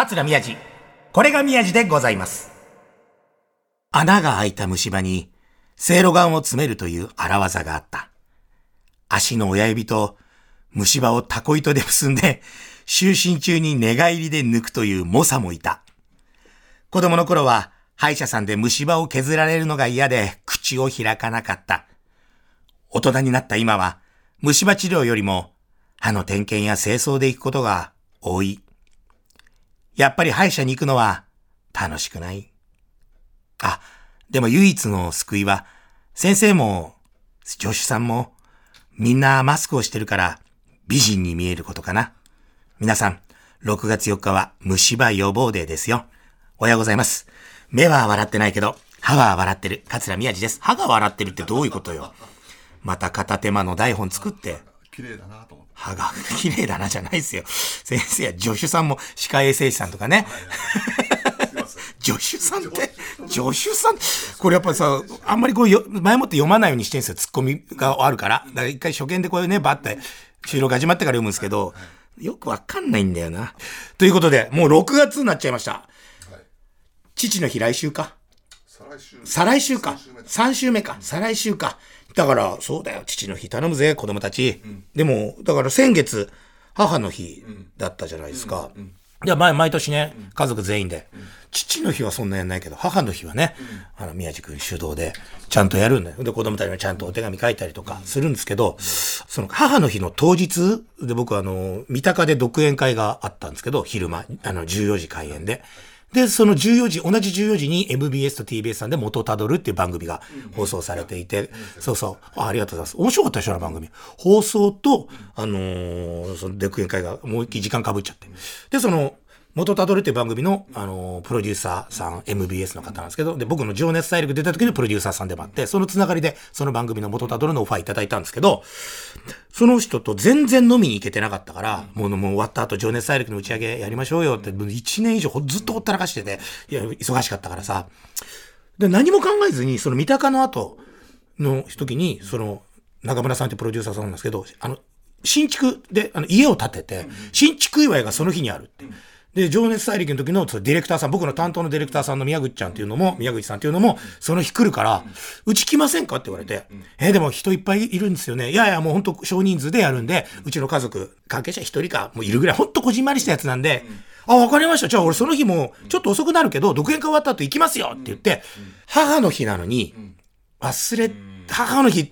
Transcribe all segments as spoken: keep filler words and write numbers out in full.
桂宮治。これが宮治でございます。穴が開いた虫歯に、せいろがんを詰めるという荒技があった。足の親指と虫歯をタコ糸で結んで、就寝中に寝返りで抜くという猛者もいた。子供の頃は、歯医者さんで虫歯を削られるのが嫌で、口を開かなかった。大人になった今は、虫歯治療よりも、歯の点検や清掃で行くことが多い。やっぱり歯医者に行くのは楽しくない。あ、でも唯一の救いは、先生も助手さんもみんなマスクをしてるから美人に見えることかな。皆さん、ろくがつよっかは虫歯予防デーですよ。おはようございます。目は笑ってないけど、歯は笑ってる。桂宮治です。歯が笑ってるってどういうことよ。また片手間の台本作って。 綺麗だなと思って。 歯が綺麗だなじゃないですよ。先生や助手さんも歯科衛生士さんとかね。助手さんって助手さんこれやっぱりさ、あんまりこうよ前もって読まないようにしてるんですよ。ツッコミがあるから。だから一回初見でこういうねバッて収録始まってから読むんですけど、よくわかんないんだよな。ということでもうろくがつになっちゃいました。はい、父の日来週か。 再来週。 再来週か。さん週目か。再来週か。だから、そうだよ。父の日頼むぜ、子供たち。うん、でも、だから先月、母の日だったじゃないですか。うんうん、いや、毎、毎年ね、家族全員で、うん。父の日はそんなやんないけど、母の日はね、うん、あの、宮治君主導で、ちゃんとやるんだよ。で、子供たちもちゃんとお手紙書いたりとかするんですけど、うん、その、母の日の当日で、僕はあの、三鷹で独演会があったんですけど、昼間、あの、じゅうよじ開演で。で、そのじゅうよじ、同じじゅうよじに エムビーエス と ティービーエス さんで元たどるっていう番組が放送されていて、うん、そうそう、あ、ありがとうございます。面白かったでしょ、あの番組。放送と、あのー、その独演会がもう一気時間被っちゃって。で、その、元たどるっていう番組の、あのー、プロデューサーさん、エムビーエス の方なんですけど、で、僕の情熱大陸出た時のプロデューサーさんでもあって、そのつながりで、その番組の元たどるのオファーいただいたんですけど、その人と全然飲みに行けてなかったから、もう、もう終わった後、情熱大陸の打ち上げやりましょうよって、いちねん以上ずっとほったらかしてて、いや、忙しかったからさ。で、何も考えずに、その三鷹の後の時に、その、中村さんってプロデューサーさんなんですけど、あの、新築で、あの、家を建てて、新築祝いがその日にあるって。で、情熱大陸の時のディレクターさん、僕の担当のディレクターさんの宮口ちゃんっていうのも、宮口さんっていうのも、その日来るから、うち来ませんかって言われて、えー、でも人いっぱいいるんですよね。いやいや、もう本当少人数でやるんで、うちの家族、関係者一人か、もういるぐらい、本当こじんまりしたやつなんで、あ、わかりました。じゃあ俺その日も、ちょっと遅くなるけど、独演会終わった後行きますよって言って、母の日なのに、忘れ、母の日って、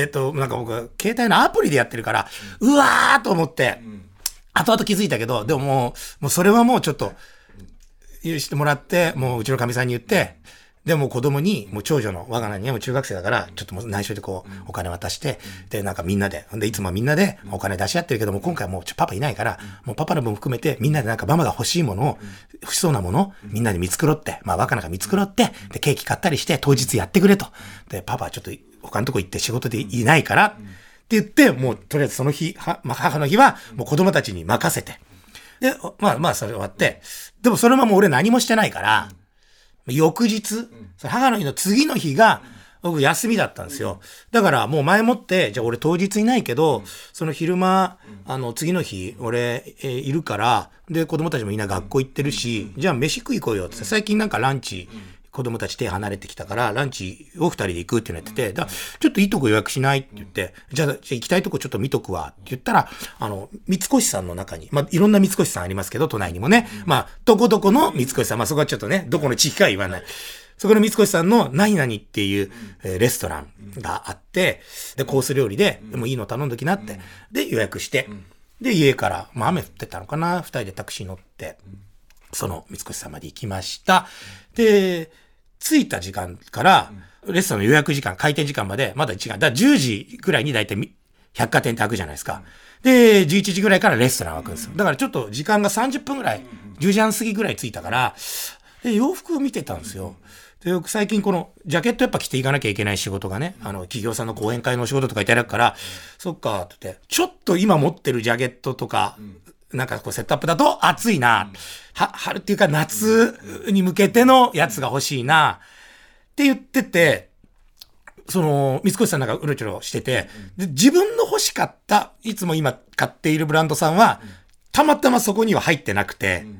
と、なんか僕は携帯のアプリでやってるから、うわーと思って、後々気づいたけど、でももう、もうそれはもうちょっと、許してもらって、もううちのかみさんに言って、でも子供に、もう長女の我が家にはもう中学生だから、ちょっともう内緒でこう、お金渡して、で、なんかみんなで、で、いつもみんなでお金出し合ってるけども、今回はもうちょパパいないから、もうパパの分含めて、みんなでなんかママが欲しいものを、欲しそうなものを、みんなで見繕って、まあ若菜が見繕って、で、ケーキ買ったりして、当日やってくれと。で、パパはちょっと他のとこ行って仕事でいないから、って言って、もうとりあえずその日、は、まあ、母の日は、もう子供たちに任せて。で、まあまあそれ終わって、でもそのまま俺何もしてないから、うん、翌日、うん、母の日の次の日が、僕休みだったんですよ。だからもう前もって、じゃあ俺当日いないけど、うん、その昼間、あの次の日、俺、えー、いるから、で子供たちもみんな学校行ってるし、じゃあ飯食い行こうよって、最近なんかランチ、子供たち手離れてきたから、ランチを二人で行くってなってて、だちょっといいとこ予約しないって言って、じゃあ、じゃあ行きたいとこちょっと見とくわって言ったら、あの、三越さんの中に、まあ、いろんな三越さんありますけど、都内にもね、まあ、どこどこの三越さん、まあ、そこはちょっとね、どこの地域かは言わない。そこの三越さんの何々っていう、えー、レストランがあって、で、コース料理で、でもいいの頼んどきなって、で、予約して、で、家から、まあ、雨降ってたのかな、二人でタクシー乗って、その三越さんまで行きました。で、着いた時間から、レストランの予約時間、開店時間まで、まだいちじかん。だからじゅうじぐらいにだいたい百貨店って開くじゃないですか。で、じゅういちじぐらいからレストラン開くんですよ。だからちょっと時間がさんじゅっぷんぐらい、じゅうじはん過ぎぐらい着いたから、で、洋服を見てたんですよ。で、よく最近この、ジャケットやっぱ着ていかなきゃいけない仕事がね、あの、企業さんの講演会のお仕事とかいただくから、そっか、って言って、ちょっと今持ってるジャケットとか、なんかこうセットアップだと暑いな。は、春っていうか夏に向けてのやつが欲しいな。って言ってて、その、三越さんなんかうろちょろしてて、で、自分の欲しかった、いつも今買っているブランドさんは、たまたまそこには入ってなくて、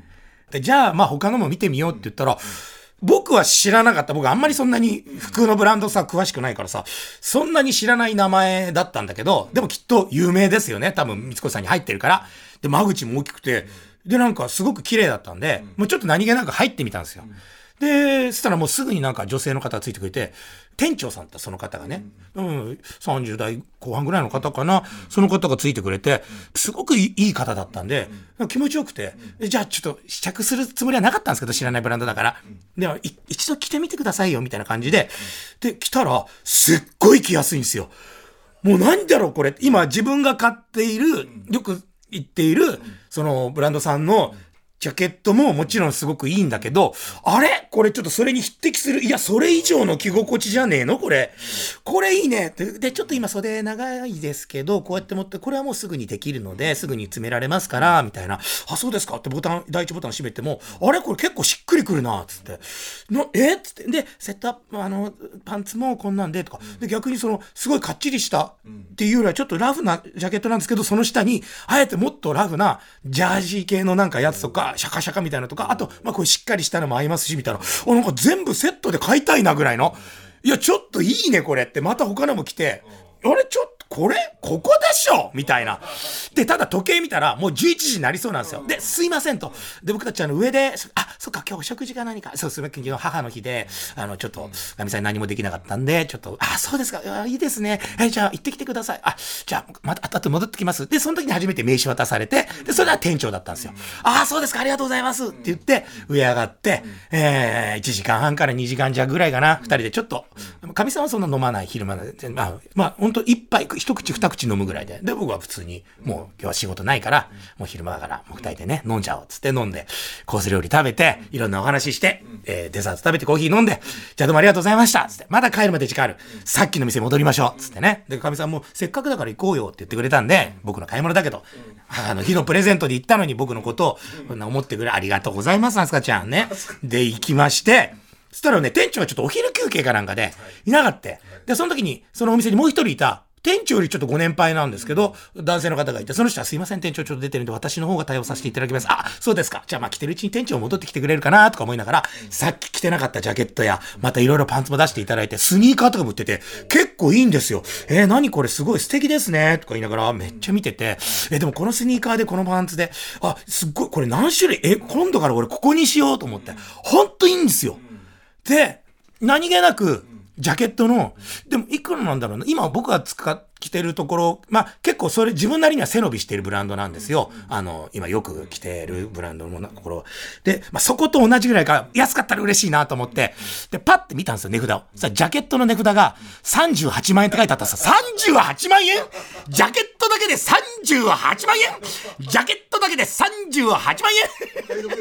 でじゃあまあ他のも見てみようって言ったら、僕は知らなかった。僕あんまりそんなに服のブランドさ詳しくないからさ、そんなに知らない名前だったんだけど、でもきっと有名ですよね。多分三越さんに入ってるから。で、間口も大きくて、でなんかすごく綺麗だったんで、もうちょっと何気なく入ってみたんですよ。で、そしたらもうすぐになんか女性の方がついてくれて、店長さんってその方がね、うん、さんじゅう代後半ぐらいの方かな、その方がついてくれて、すごくいい方だったんで、気持ちよくて、じゃあちょっと試着するつもりはなかったんですけど、知らないブランドだから。でも、一度着てみてくださいよ、みたいな感じで。で、着たら、すっごい着やすいんですよ。もう何だろうこれ。今自分が買っている、よく言っている、そのブランドさんの、ジャケットももちろんすごくいいんだけど、あれこれちょっとそれに匹敵する。いや、それ以上の着心地じゃねえのこれ。これいいね。で、でちょっと今袖長いですけど、こうやって持って、これはもうすぐにできるので、すぐに詰められますから、みたいな。あ、そうですかってボタン、第一ボタン閉めても、あれこれ結構しっくりくるな、つって。のえつって。で、セットアップ、あの、パンツもこんなんで、とか。で、逆にその、すごいかっちりしたっていうよりは、ちょっとラフなジャケットなんですけど、その下に、あえてもっとラフな、ジャージー系のなんかやつとか、シャカシャカみたいなのとか、あと、まあ、これしっかりしたのも合いますし、みたいな。あ、なんか全部セットで買いたいなぐらいの。いや、ちょっといいね、これって。また他のも来て、あれ、ちょっと、これここでしょみたいな。で、ただ時計見たら、もうじゅういちじになりそうなんですよ。で、すいませんと。で、僕たちあの上で、あ、そっか、今日お食事か何か。そう、すみません、昨日母の日で、あの、ちょっと、ガミさんに何もできなかったんで、ちょっと、あ、そうですか、いいですね。え、じゃあ、行ってきてください。あ、じゃあ、また、あと戻ってきます。で、その時に初めて名刺渡されて、で、それは店長だったんですよ。あ、そうですか、ありがとうございます。って言って、上上がって、えー、いちじかんはんからにじかんじゃぐらいかな。二人でちょっと、ガミさんはそんな飲まない、昼間で、まあ、まあ、ほんと一杯、一口二口飲むぐらいで。で、僕は普通に、もう今日は仕事ないから、もう昼間だから、もう二人でね、飲んじゃおう。つって飲んで、コース料理食べて、いろんなお話しして、えー、デザート食べてコーヒー飲んで、じゃあどうもありがとうございました。つって、まだ帰るまで時間ある。さっきの店戻りましょう。つってね。で、かみさんも、せっかくだから行こうよって言ってくれたんで、僕の買い物だけど、母の日のプレゼントで行ったのに僕のことを、こんな思ってくれ、ありがとうございます、あすかちゃんね。で、行きまして、そしたらね、店長はちょっとお昼休憩かなんかで、いなかった。で、その時に、そのお店にもう一人いた、店長よりちょっとご年配なんですけど、男性の方がいて、その人はすいません、店長ちょっと出てるんで、私の方が対応させていただきます。あ、そうですか。じゃあまあ来てるうちに店長戻ってきてくれるかなとか思いながら、さっき着てなかったジャケットや、またいろいろパンツも出していただいて、スニーカーとかも売ってて、結構いいんですよ。えー、何これすごい素敵ですね。とか言いながら、めっちゃ見てて、えー、でもこのスニーカーでこのパンツで、あ、すっごい、これ何種類、え、今度から俺ここにしようと思って、ほんといいんですよ。で、何気なく、ジャケットの、でもいくらなんだろうな。今僕が使って着てるところ、まあ結構それ自分なりには背伸びしてるブランドなんですよ。あの、今よく着てるブランドのところ。で、まあそこと同じぐらいか、安かったら嬉しいなと思って、で、パッて見たんですよ、値札を。さ、ジャケットの値札がさんじゅうはちまんえんって書いてあったんですよ。さんじゅうはちまんえんジャケットだけでさんじゅうはちまんえんジャケットだけでさんじゅうはちまんえん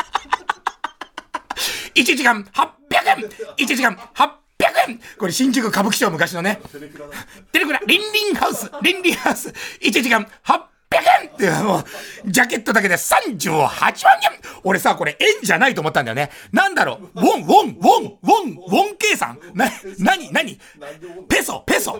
いちじかんはっぴゃくえん !いち 時間はっぴゃくえんこれ新宿歌舞伎町昔のね。テレクラ、リンリンハウス、リンリンハウス、いちじかんはっぴゃくえんっていう、もう、ジャケットだけでさんじゅうはちまんえん俺さ、これ円じゃないと思ったんだよね。なんだろうウォン、ウォン、ウォン、ウォン、ウォン計算な、なに、なにペソ、ペソ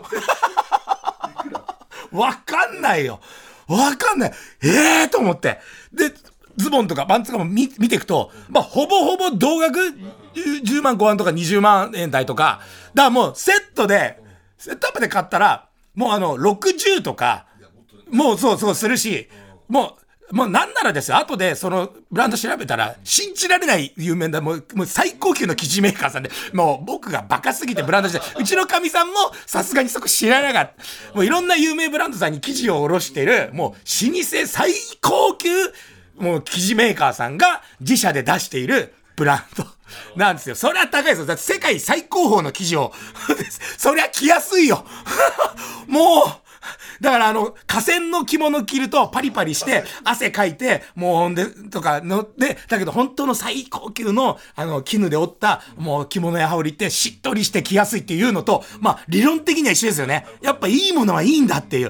わかんないよ。わかんない。ええーと思って。で、ズボンとかパンツとかも 見, 見ていくと、まあ、ほぼほぼ同額じゅうまんごはんとかにじゅうまんえん台とか、だからもうセットで、セットアップで買ったら、もうあの、ろくじゅうとか、もうそうそうするし、もう、もうなんならですよ、後でそのブランド調べたら、信じられない有名な、もう、もう最高級の生地メーカーさんで、もう僕がバカすぎてブランドして、うちのかみさんもさすがにそこ知らなかった。もういろんな有名ブランドさんに生地を卸してる、もう老舗最高級、もう生地メーカーさんが自社で出しているブランドなんですよ。それは高いですよ。だって世界最高峰の生地をそりゃ着やすいよもうだからあの河川の着物着るとパリパリして汗かいてもうほんでとかのでだけど本当の最高級のあの絹で織ったもう着物や羽織ってしっとりして着やすいっていうのとまあ理論的には一緒ですよね。やっぱいいものはいいんだっていう。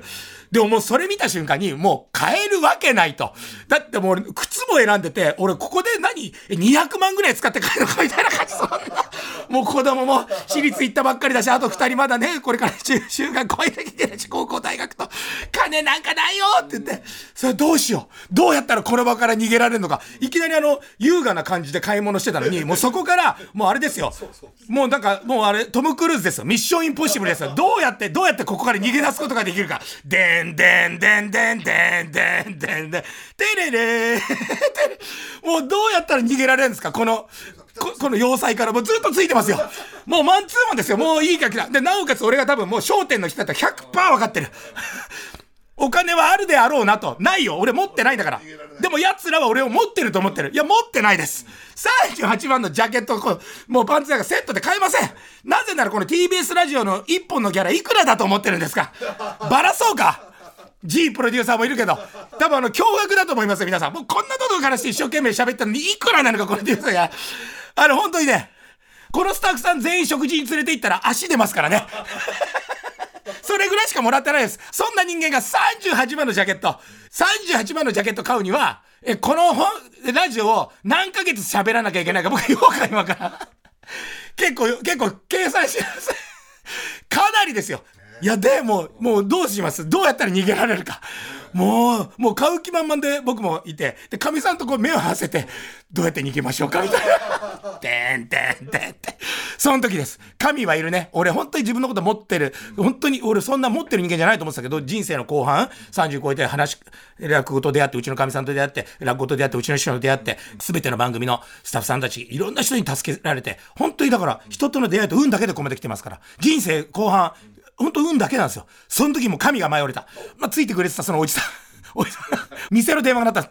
でももうそれ見た瞬間にもう買えるわけないと。だってもう靴も選んでて、俺ここで何にひゃくまんぐらい使って買えるのかみたいな感じ。そんな。もう子供も私立行ったばっかりだし、あとふたりまだね、これから中中学超えなきゃいけないし、高校大学と、金なんかないよって言って、それどうしよう。どうやったらこの場から逃げられるのか。いきなりあの、優雅な感じで買い物してたのに、もうそこから、もうあれですよ。もうなんか、もうあれ、トム・クルーズですよ。ミッション・インポッシブルですよ。どうやって、どうやってここから逃げ出すことができるか。でんでんでんでんでんでんでんでん。てれれー。もうどうやったら逃げられるんですかこの、こ, この要塞からもうずっとついてますよ。もうマンツーマンですよ。もういいかきだ。で、なおかつ俺が多分もう商店の人だったら ひゃくパーセント 分かってる。お金はあるであろうなと。ないよ。俺持ってないんだから。でも奴らは俺を持ってると思ってる。いや、持ってないです。さんじゅうはちまんのジャケットをこう、もうパンツなんかセットで買えません。なぜならこの ティービーエス ラジオのいっぽんのギャラいくらだと思ってるんですか。バラそうか。G プロデューサーもいるけど、多分あの、驚愕だと思いますよ、皆さん。もうこんなことからして一生懸命喋ったのに、いくらなのか、このデューサーが。あの、本当にね、このスタッフさん全員食事に連れて行ったら足出ますからね。それぐらいしかもらってないです。そんな人間がさんじゅうはちまんのジャケット、さんじゅうはちまんのジャケット買うには、え、この本、ラジオを何ヶ月喋らなきゃいけないか、僕言おうか、今から。結構、結構、計算してください。かなりですよ。いや、でも、もうどうします？どうやったら逃げられるか。もう、もう買う気満々で僕もいて、で、神さんとこう目を合わせて、どうやって逃げましょうかみたいな。てんてんてんてん。その時です。神はいるね。俺本当に自分のこと持ってる。本当に俺そんな持ってる人間じゃないと思ってたけど、人生の後半、さんじゅう超えて話、落語と出会って、うちの神さんと出会って、落語と出会って、うちの師匠と出会って、すべての番組のスタッフさんたち、いろんな人に助けられて、本当にだから、人との出会いと運だけでここまで来てますから。人生後半、本当運だけなんですよ。その時も神が舞い降りた。まあ、ついてくれてたそのおじさん。おじさん。店の電話が鳴った。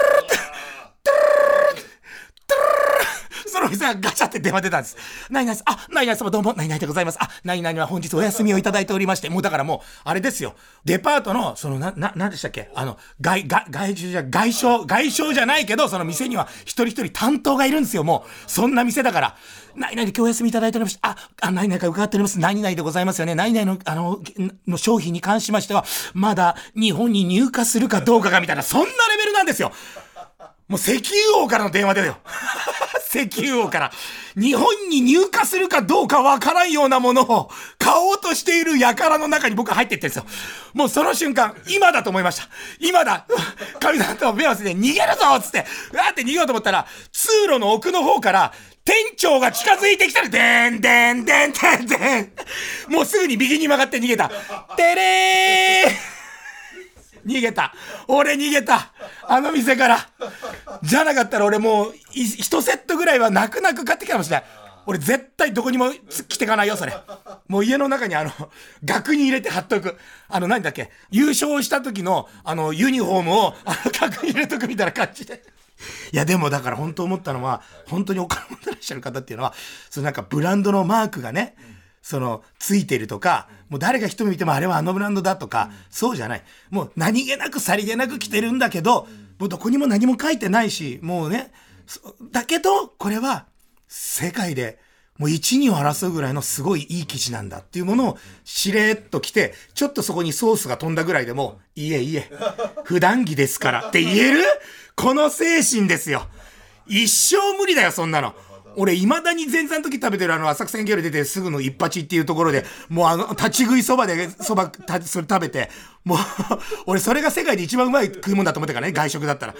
そのおじさんがガチャって電話出たんです。何々あ、何々様どうも、何々でございます。あ、何々は本日お休みをいただいておりまして、もうだからもう、あれですよ。デパートの、その、な、な、なんでしたっけあの、外、外、外注じゃ、外商、外商じゃないけど、その店には一人一人担当がいるんですよ、もう。そんな店だから。何々で今日お休みいただいておりました。あ、あ、何々か伺っております。何々でございますよね。何々の、あの、の商品に関しましては、まだ日本に入荷するかどうかがみたいな、そんなレベルなんですよ。もう石油王からの電話だよ。石油王から。日本に入荷するかどうかわからんようなものを買おうとしている輩の中に僕は入っていってるんですよ。もうその瞬間、今だと思いました。今だ。神さんと目を合わせて逃げるぞつって、うわーって逃げようと思ったら、通路の奥の方から、店長が近づいてきたら、でんでんでんでんでん。もうすぐに右に曲がって逃げた。てれー逃げた。俺逃げた。あの店から。じゃなかったら俺もう、一セットぐらいは泣く泣く買ってきたかもしれない。俺絶対どこにも着てかないよ、それ。もう家の中にあの、額に入れて貼っとく。あの、何だっけ優勝した時の、あの、ユニフォームを、あの、額に入れとくみたいな感じで。いや、でもだから本当思ったのは、本当にお金持ってらっしゃる方っていうのは、そのなんかブランドのマークがね、そのついてるとか、もう誰が一目見てもあれはあのブランドだとか、そうじゃない。もう何気なくさりげなく着てるんだけど、もうどこにも何も書いてないし、もうね、だけどこれは世界でもう一二を争うぐらいのすごいいい生地なんだっていうものをしれっと着て、ちょっとそこにソースが飛んだぐらいでも、いえいえ、普段着ですからって言えるこの精神ですよ。一生無理だよ、そんなの。俺、未だに前座の時食べてるあの、浅草園芸出てすぐの一八っていうところで、もうあの、立ち食いそばで、そば、それ食べて、もう、俺、それが世界で一番うまい食い物だと思ってからね、外食だったら。い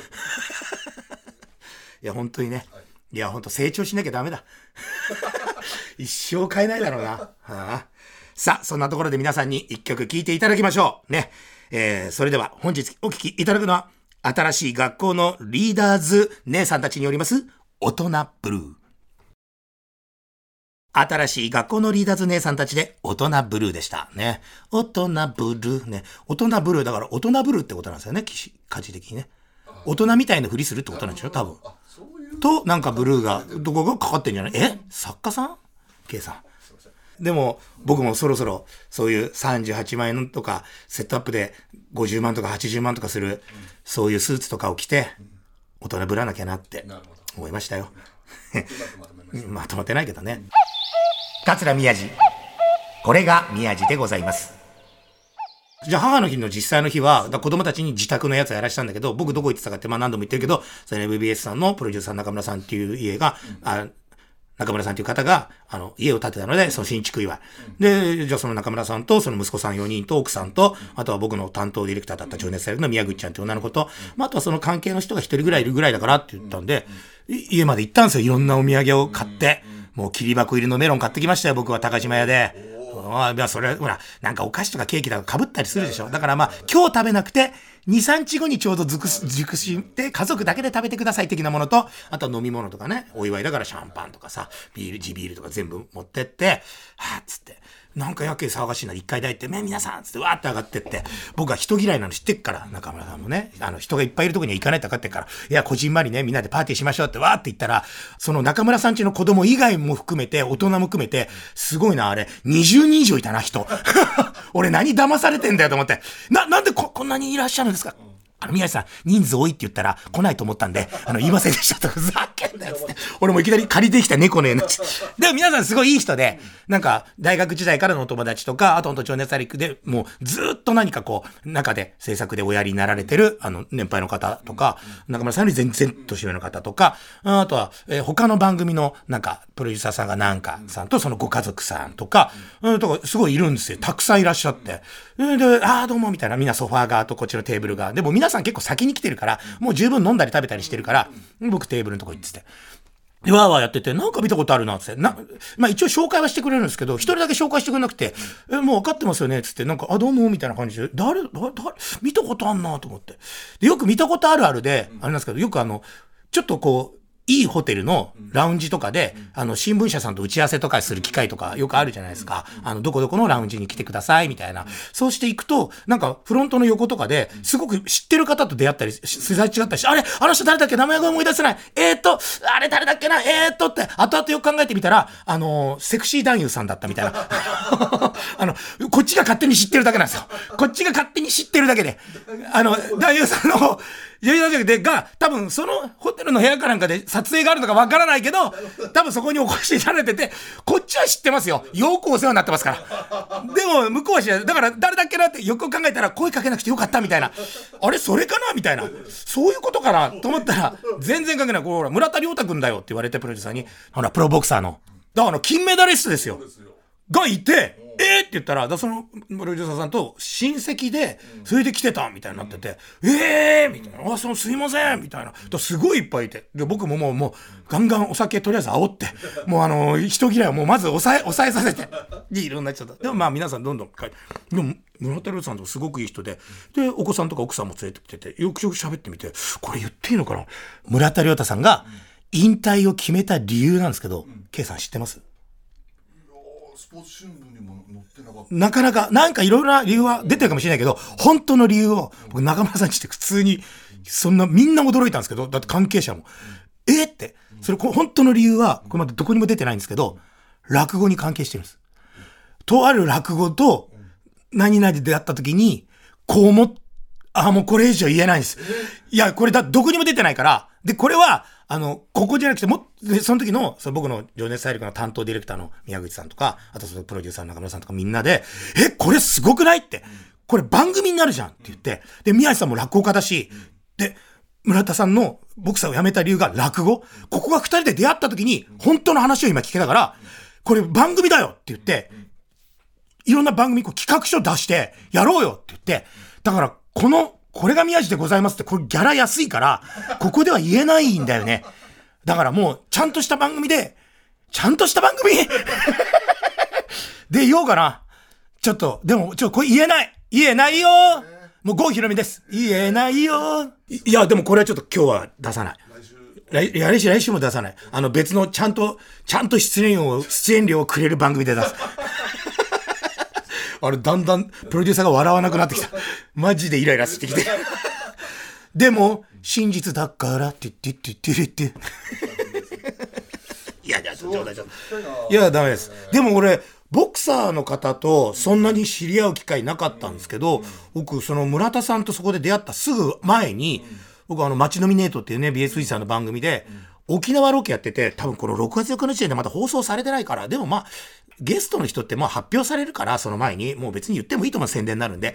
や、本当にね。いや、本当成長しなきゃダメだ。一生買えないだろうな。はあ、さあ、そんなところで皆さんに一曲聴いていただきましょう。ね。えー、それでは本日お聴きいただくのは、新しい学校のリーダーズ姉さんたちによります、大人ブルー。新しい学校のリーダーズ姉さんたちで大人ブルーでしたね。大人ブルーね。大人ブルーだから大人ブルーってことなんですよね。歌詞的にね。大人みたいなふりするってことなんでしょ多分。と、なんかブルーが、どこがかかってんじゃない？え？作家さん？K さん。でも、僕もそろそろ、そういうさんじゅうはちまんえんとか、セットアップでごじゅうまんとかはちじゅうまんとかする、うん、そういうスーツとかを着て、大人ぶらなきゃなって思いましたよ。まとまってないけどね。桂宮治。これが宮治でございます。 じゃあ母の日の実際の日は、子供たちに自宅のやつをやらしたんだけど、僕どこ行ってたかって、まあ何度も言ってるけど、その エムビーエス さんのプロデューサー中村さんっていう家が、あ中村さんという方が、あの、家を建てたので、その新築祝い。で、じゃあその中村さんと、その息子さんよにんと奥さんと、あとは僕の担当ディレクターだった情熱大陸の宮口ちゃんという女の子と、まあ、あとはその関係の人が一人ぐらいいるぐらいだからって言ったんで、家まで行ったんですよ。いろんなお土産を買って。もう切り箱入りのメロン買ってきましたよ、僕は高島屋で。ああ、それ、ほら、なんかお菓子とかケーキとか被ったりするでしょ。だからまあ、今日食べなくて、に、さんにちごにちょうど熟し、熟して家族だけで食べてください的なものと、あとは飲み物とかね、お祝いだからシャンパンとかさ、ビール、地ビールとか全部持ってって、はぁ、つって、なんかやけ騒がしいな、一階台って、ね、皆さんつってわーって上がってって、僕は人嫌いなの知ってっから、中村さんもね、あの、人がいっぱいいるとこには行かないって分かってっから、いや、こじんまりね、みんなでパーティーしましょうってわーって言ったら、その中村さんちの子供以外も含めて、大人も含めて、すごいな、あれ、にじゅうにん以上いたな、人。俺何騙されてんだよと思って、な、なんでこ、こんなにいらっしゃるんですか？あの、宮地さん、人数多いって言ったら来ないと思ったんで、あの、言いませんでしたと、ふざけんなよつって。俺もいきなり借りてきた猫の絵になっちゃう。でも皆さんすごいいい人で、なんか、大学時代からのお友達とか、あとほんと情熱大陸で、もうずっと何かこう、中で制作でおやりになられてる、あの、年配の方とか、中村さんより全然年上の方とか、あとは、えー、他の番組の、なんか、プロデューサーさんがなんかさんと、そのご家族さんとか、うん、とか、すごいいるんですよ。たくさんいらっしゃって。で、あーどうも、みたいな、みんなソファー側とこっちのテーブル側。でも皆さん結構先に来てるから、もう十分飲んだり食べたりしてるから、僕テーブルのとこ行ってて。で、わーわーやってて、なんか見たことあるな、つって。な、まあ一応紹介はしてくれるんですけど、一人だけ紹介してくれなくて、え、もう分かってますよね、つって、なんか、あ、どうも、みたいな感じで、誰、誰、誰、見たことあんなと思って。で、よく見たことあるあるで、あれなんですけど、よくあの、ちょっとこう、いいホテルのラウンジとかで、あの、新聞社さんと打ち合わせとかする機会とかよくあるじゃないですか。あの、どこどこのラウンジに来てください、みたいな。そうしていくと、なんか、フロントの横とかで、すごく知ってる方と出会ったり、世代違ったりして、あれあの人誰だっけ名前が思い出せない。えーっと、あれ誰だっけなえーっとって、後々よく考えてみたら、あの、セクシー男優さんだったみたいな。あの、こっちが勝手に知ってるだけなんですよ。こっちが勝手に知ってるだけで。あの、男優さんの、ジェイダージャでが、多分そのホテルの部屋かなんかで撮影があるのかわからないけど、多分そこにお越しになられてて、こっちは知ってますよ。よくお世話になってますから。でも向こうは知らない。だから誰だっけなってよく考えたら声かけなくてよかったみたいな。あれそれかなみたいな。そういうことかなと思ったら、全然関係ない。これほら、村田亮太くんだよって言われてプロデューサーに、ほら、プロボクサーの。だから金メダリストですよ。がいて、えーって言ったら、だそのプロデューサーさんと親戚で、それで来てたみたいになってて、うん、えーみたいな、あ、そのすいませんみたいな。だすごいいっぱいいて。で、僕ももう、もう、ガンガンお酒とりあえず煽って、もうあの、人嫌いをもうまず抑え、抑えさせて、で、いろんな人だ。でもまあ皆さんどんどん書いて、でも、村田亮さんとすごくいい人で、で、お子さんとか奥さんも連れてきてて、よくよく喋ってみて、これ言っていいのかな村田亮太さんが引退を決めた理由なんですけど、K、うん、さん知ってます？ スポーツ新聞にも載ってなかった。 なかなか、なんかいろいろな理由は出てるかもしれないけど、本当の理由を、僕中村さんにして普通に、そんな、みんな驚いたんですけど、だって関係者も。えって、それ、本当の理由は、これまだどこにも出てないんですけど、落語に関係してるんです。とある落語と、何々で会った時に、こう思っ、あ、もうこれ以上言えないんです。いや、これだ、どこにも出てないから、で、これは、あの、ここじゃなくて、も、その時の、その僕の情熱大陸の担当ディレクターの宮口さんとか、あとそのプロデューサーの中村さんとかみんなで、え、これすごくないって、これ番組になるじゃんって言って、で、宮内さんも落語家だし、で、村田さんのボクサーを辞めた理由が落語、ここが二人で出会った時に、本当の話を今聞けたから、これ番組だよって言って、いろんな番組こう企画書出して、やろうよって言って、だから、この、これが宮地でございますって、これギャラ安いから、ここでは言えないんだよね。だからもう、ちゃんとした番組で、ちゃんとした番組で言おうかな。ちょっと、でも、ちょっとこれ言えない。言えないよ。もう郷ひろみです。言えないよ。いや、でもこれはちょっと今日は出さない。来週。来週、来週も出さない。あの別の、ちゃんと、ちゃんと出演を、出演料をくれる番組で出す。あれ、だんだん、プロデューサーが笑わなくなってきた。マジでイライラしてきて。でも、真実だからって言って言って言って。いや、いや、ちょっと、ちょっと。いや、ダメです。でも俺、ボクサーの方とそんなに知り合う機会なかったんですけど、僕、その村田さんとそこで出会ったすぐ前に、僕、あの、街ノミネートっていうね、ビーエスフジさんの番組で、沖縄ロケやってて、多分このろくがつよっかの時点でまだ放送されてないから、でもまあ、ゲストの人ってまあ発表されるから、その前に、もう別に言ってもいいと思う宣伝になるんで、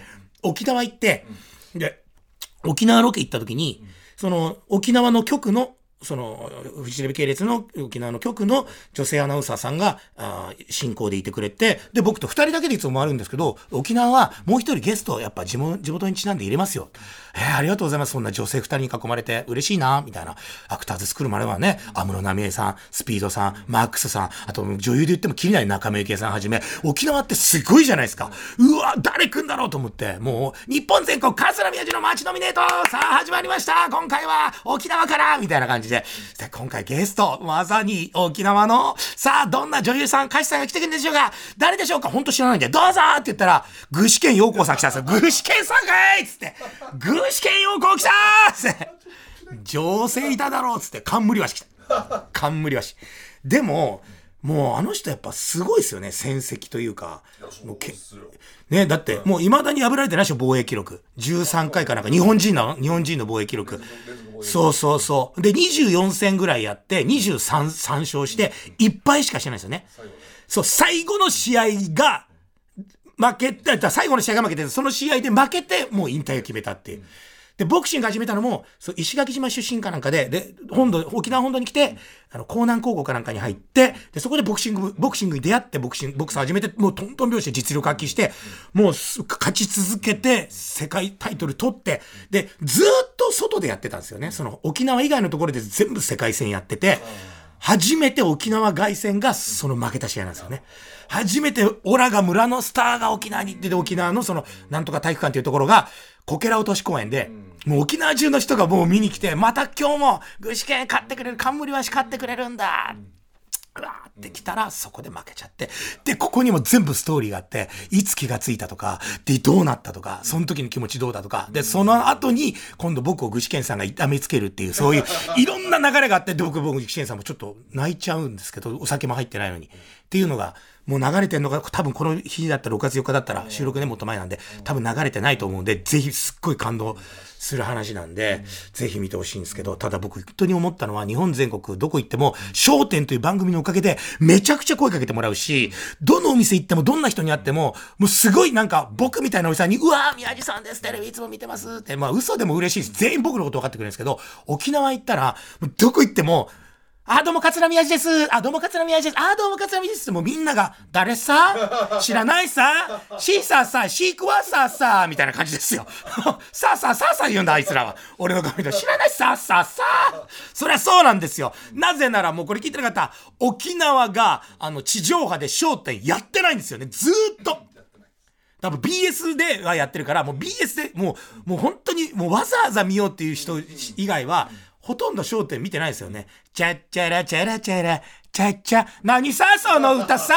沖縄行って、で、沖縄ロケ行った時に、その、沖縄の局の、その、フジテレビ系列の沖縄の局の女性アナウンサーさんが、あ進行でいてくれて、で、僕と二人だけでいつも回るんですけど、沖縄はもう一人ゲストをやっぱ地元、地元にちなんで入れますよ。えー、ありがとうございます。そんな女性二人に囲まれて嬉しいな、みたいな。アクターズスクールまではね、安室奈美恵さん、スピードさん、マックスさん、あと女優で言ってもきりない中村ゆきえさんはじめ、沖縄ってすごいじゃないですか。うわ、誰来んだろうと思って、もう、日本全国桂宮治の街ノミネートさあ始まりました今回は沖縄からみたいな感じで、で今回ゲスト、まさに沖縄の、さあ、どんな女優さん、歌手さんが来てくるんでしょうか、誰でしょうか、本当知らないんで、どうぞって言ったら、具志堅用高さん来たんですよ。具志堅さんかいっつって、具志堅用高来たーっつって、女性いただろうっつって、冠橋来た。冠橋。でも、もうあの人やっぱすごいですよね、戦績というか。もうけね、だって、もう未だに破られてないでしょ、防衛記録。じゅうさんかいかなんか、日本人の、日本人の防衛記録。そうそうそう。で、にじゅうよん戦ぐらいやって、にじゅうさん、さん勝して、いっぱいしかしてないですよね。そう、最後の試合が、負けて、最後の試合が負けて、その試合で負けて、もう引退を決めたっていう。で、ボクシング始めたのも、そう、石垣島出身かなんかで、で、本土、沖縄本土に来て、あの、江南高校かなんかに入って、で、そこでボクシング、ボクシングに出会って、ボクシング、ボクサー始めて、もうトントン拍子で実力発揮して、もう、勝ち続けて、世界タイトル取って、で、ずーっと外でやってたんですよね。その、沖縄以外のところで全部世界戦やってて、初めて沖縄凱旋がその負けた試合なんですよね。初めてオラが村のスターが沖縄に行ってて、沖縄のその、なんとか体育館っていうところが、こけら落とし公園で、もう沖縄中の人がもう見に来て、また今日も具志堅勝ってくれる、冠橋勝ってくれるんだ。うわーって来たら、そこで負けちゃって。で、ここにも全部ストーリーがあって、いつ気がついたとか、で、どうなったとか、その時の気持ちどうだとか、で、その後に、今度僕を具志堅さんが痛めつけるっていう、そういう、いろんな流れがあって、で、僕、僕、具志堅さんもちょっと泣いちゃうんですけど、お酒も入ってないのに。っていうのが、もう流れてんのが、多分この日だったらろくがつよっかだったら、収録ね、もっと前なんで、多分流れてないと思うんで、ぜひすっごい感動する話なんで、うん、ぜひ見てほしいんですけど、ただ僕本当に思ったのは、日本全国どこ行っても、笑点という番組のおかげで、めちゃくちゃ声かけてもらうし、どのお店行っても、どんな人に会っても、もうすごいなんか、僕みたいなおじさんに、うわー、宮治さんです、テレビいつも見てますって、まあ嘘でも嬉しいです。全員僕のこと分かってくれるんですけど、沖縄行ったら、どこ行っても、あ、どうも、桂宮治です。あ、どうも、桂宮治です。あ、どうも、桂宮治です。もうみんなが、誰さ知らないさシーサーさ、シークワーサーさみたいな感じですよ。さあさあさあさあ言うんだ、あいつらは。俺の顔見て、知らないさあさあさあ。そりゃそうなんですよ。なぜなら、もうこれ聞いてなかった。沖縄が、あの、地上波で笑点やってないんですよね。ずーっと。多分 ビーエス ではやってるから、もう ビーエス で、もう、もう本当に、もうわざわざ見ようっていう人以外は、ほとんど笑点見てないですよね。チャッチャラチャラチャラ、チャッチャ、何さその歌さ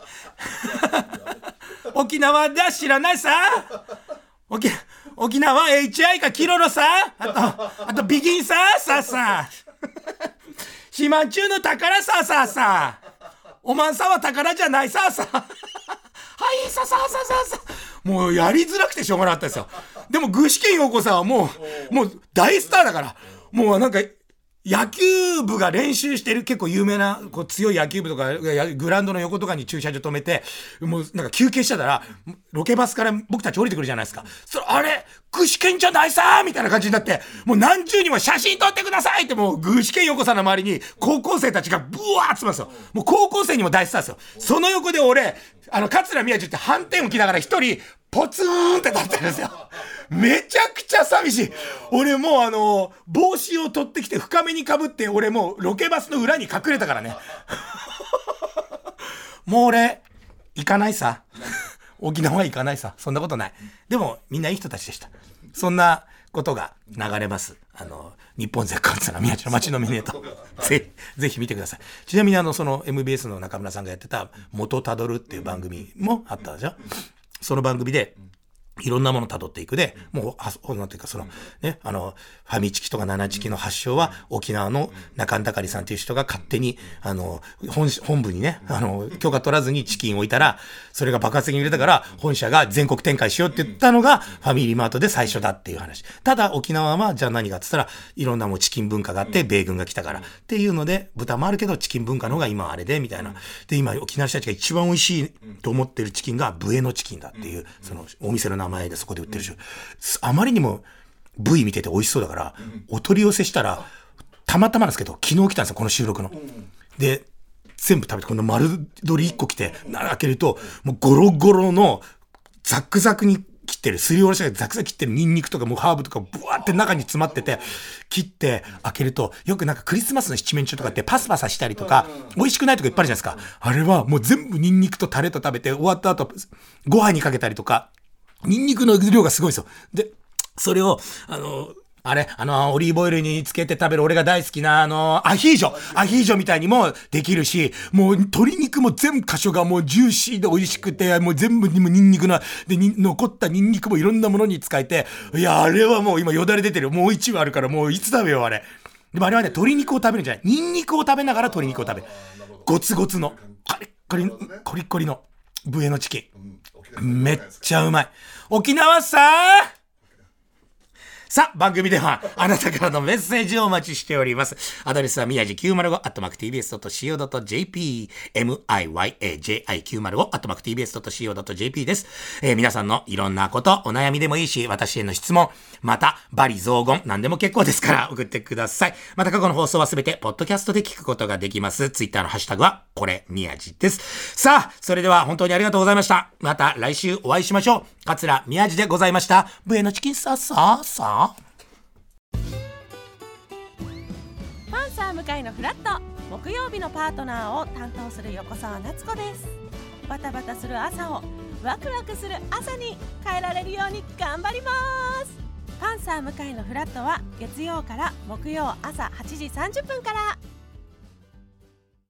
沖縄では知らないさ沖、沖縄 エイチアイ かキロロさあと、あとビギンささあさ肥満中の宝ささあさおまんさは宝じゃないささはいさささささもうやりづらくてしょうがなかったですよ。でも具志堅用子さんはもう、もう大スターだから、もうなんか、野球部が練習してる結構有名なこう強い野球部とかグラウンドの横とかに駐車場止めてもうなんか休憩してたらロケバスから僕たち降りてくるじゃないですか。それあれ具志堅じゃないさーみたいな感じになってもう何十人も写真撮ってくださいってもう具志堅用子さんの周りに高校生たちがブワーッつますよ。もう高校生にも大スターですよ。その横で俺あの桂宮治って反転向きながら一人ポツーンって立ってるんですよ。めちゃくちゃ寂しい。俺もうあの帽子を取ってきて深めに被って俺もうロケバスの裏に隠れたからね。もう俺行かないさ。沖縄行かないさ。そんなことない。でもみんないい人たちでした。そんなことが流れます。あの日本絶好調な宮地の街ノミネート。ぜひぜひ見てください。ちなみにあのその エムビーエス の中村さんがやってた元たどるっていう番組もあったでしょ。その番組でいろんなものを辿っていくで、もう、あ、なんていうか、その、ね、あの、ファミチキとかナナチキの発祥は、沖縄の中んたかりさんっていう人が勝手に、あの、本、本部にね、あの、許可取らずにチキンを置いたら、それが爆発的に売れたから、本社が全国展開しようって言ったのが、ファミリーマートで最初だっていう話。ただ、沖縄は、じゃあ何がって言ったら、いろんなもうチキン文化があって、米軍が来たから。っていうので、豚もあるけど、チキン文化の方が今あれで、みたいな。で、今、沖縄の人たちが一番美味しいと思ってるチキンが、ブエノチキンだっていう、その、お店の名前前でそこで売ってるし、うん、あまりにも部位見てて美味しそうだから、うん、お取り寄せしたらたまたまなんですけど昨日来たんですよこの収録の、うん、で全部食べてこの丸鶏いっこ来て開けるともうゴロゴロのザクザクに切ってるすりおろしがザクザク切ってるニンニクとかもうハーブとかブワーって中に詰まってて切って開けるとよくなんかクリスマスの七面鳥とかってパスパサしたりとか美味しくないとかいっぱいあるじゃないですか。あれはもう全部ニンニクとタレと食べて終わった後ご飯にかけたりとかニンニクの量がすごいんですよ。でそれをあのあれあのオリーブオイルにつけて食べる俺が大好きなあのアヒージョアヒージョみたいにもできるしもう鶏肉も全箇所がもうジューシーで美味しくてもう全部にもニンニクのでに残ったニンニクもいろんなものに使えていやあれはもう今よだれ出てるもう一部あるからもういつ食べようあれでもあれはね鶏肉を食べるんじゃないニンニクを食べながら鶏肉を食べるゴツゴツのカリッカリコリコリのブエノチキンめっちゃうまい沖縄さーさあ、番組ではあなたからのメッセージをお待ちしております。アドレスは宮地きゅうまるごアットマークティービーエスドットシーオードットジェーピー ミヤジきゅうまるごアットマークティービーエスドットシーオードットジェーピー です、えー。皆さんのいろんなこと、お悩みでもいいし、私への質問、また、罵詈雑言、何でも結構ですから送ってください。また過去の放送はすべて、ポッドキャストで聞くことができます。ツイッターのハッシュタグは、これ、宮地です。さあ、それでは本当にありがとうございました。また来週お会いしましょう。桂宮地でございました。ブエノチキンさあさあさあ。 パンサー向井のフラット木曜日のパートナーを担当する横澤夏子です。バタバタする朝をワクワクする朝に変えられるように頑張ります。パンサー向井のフラットは月曜から木曜朝はちじさんじゅっぷんから。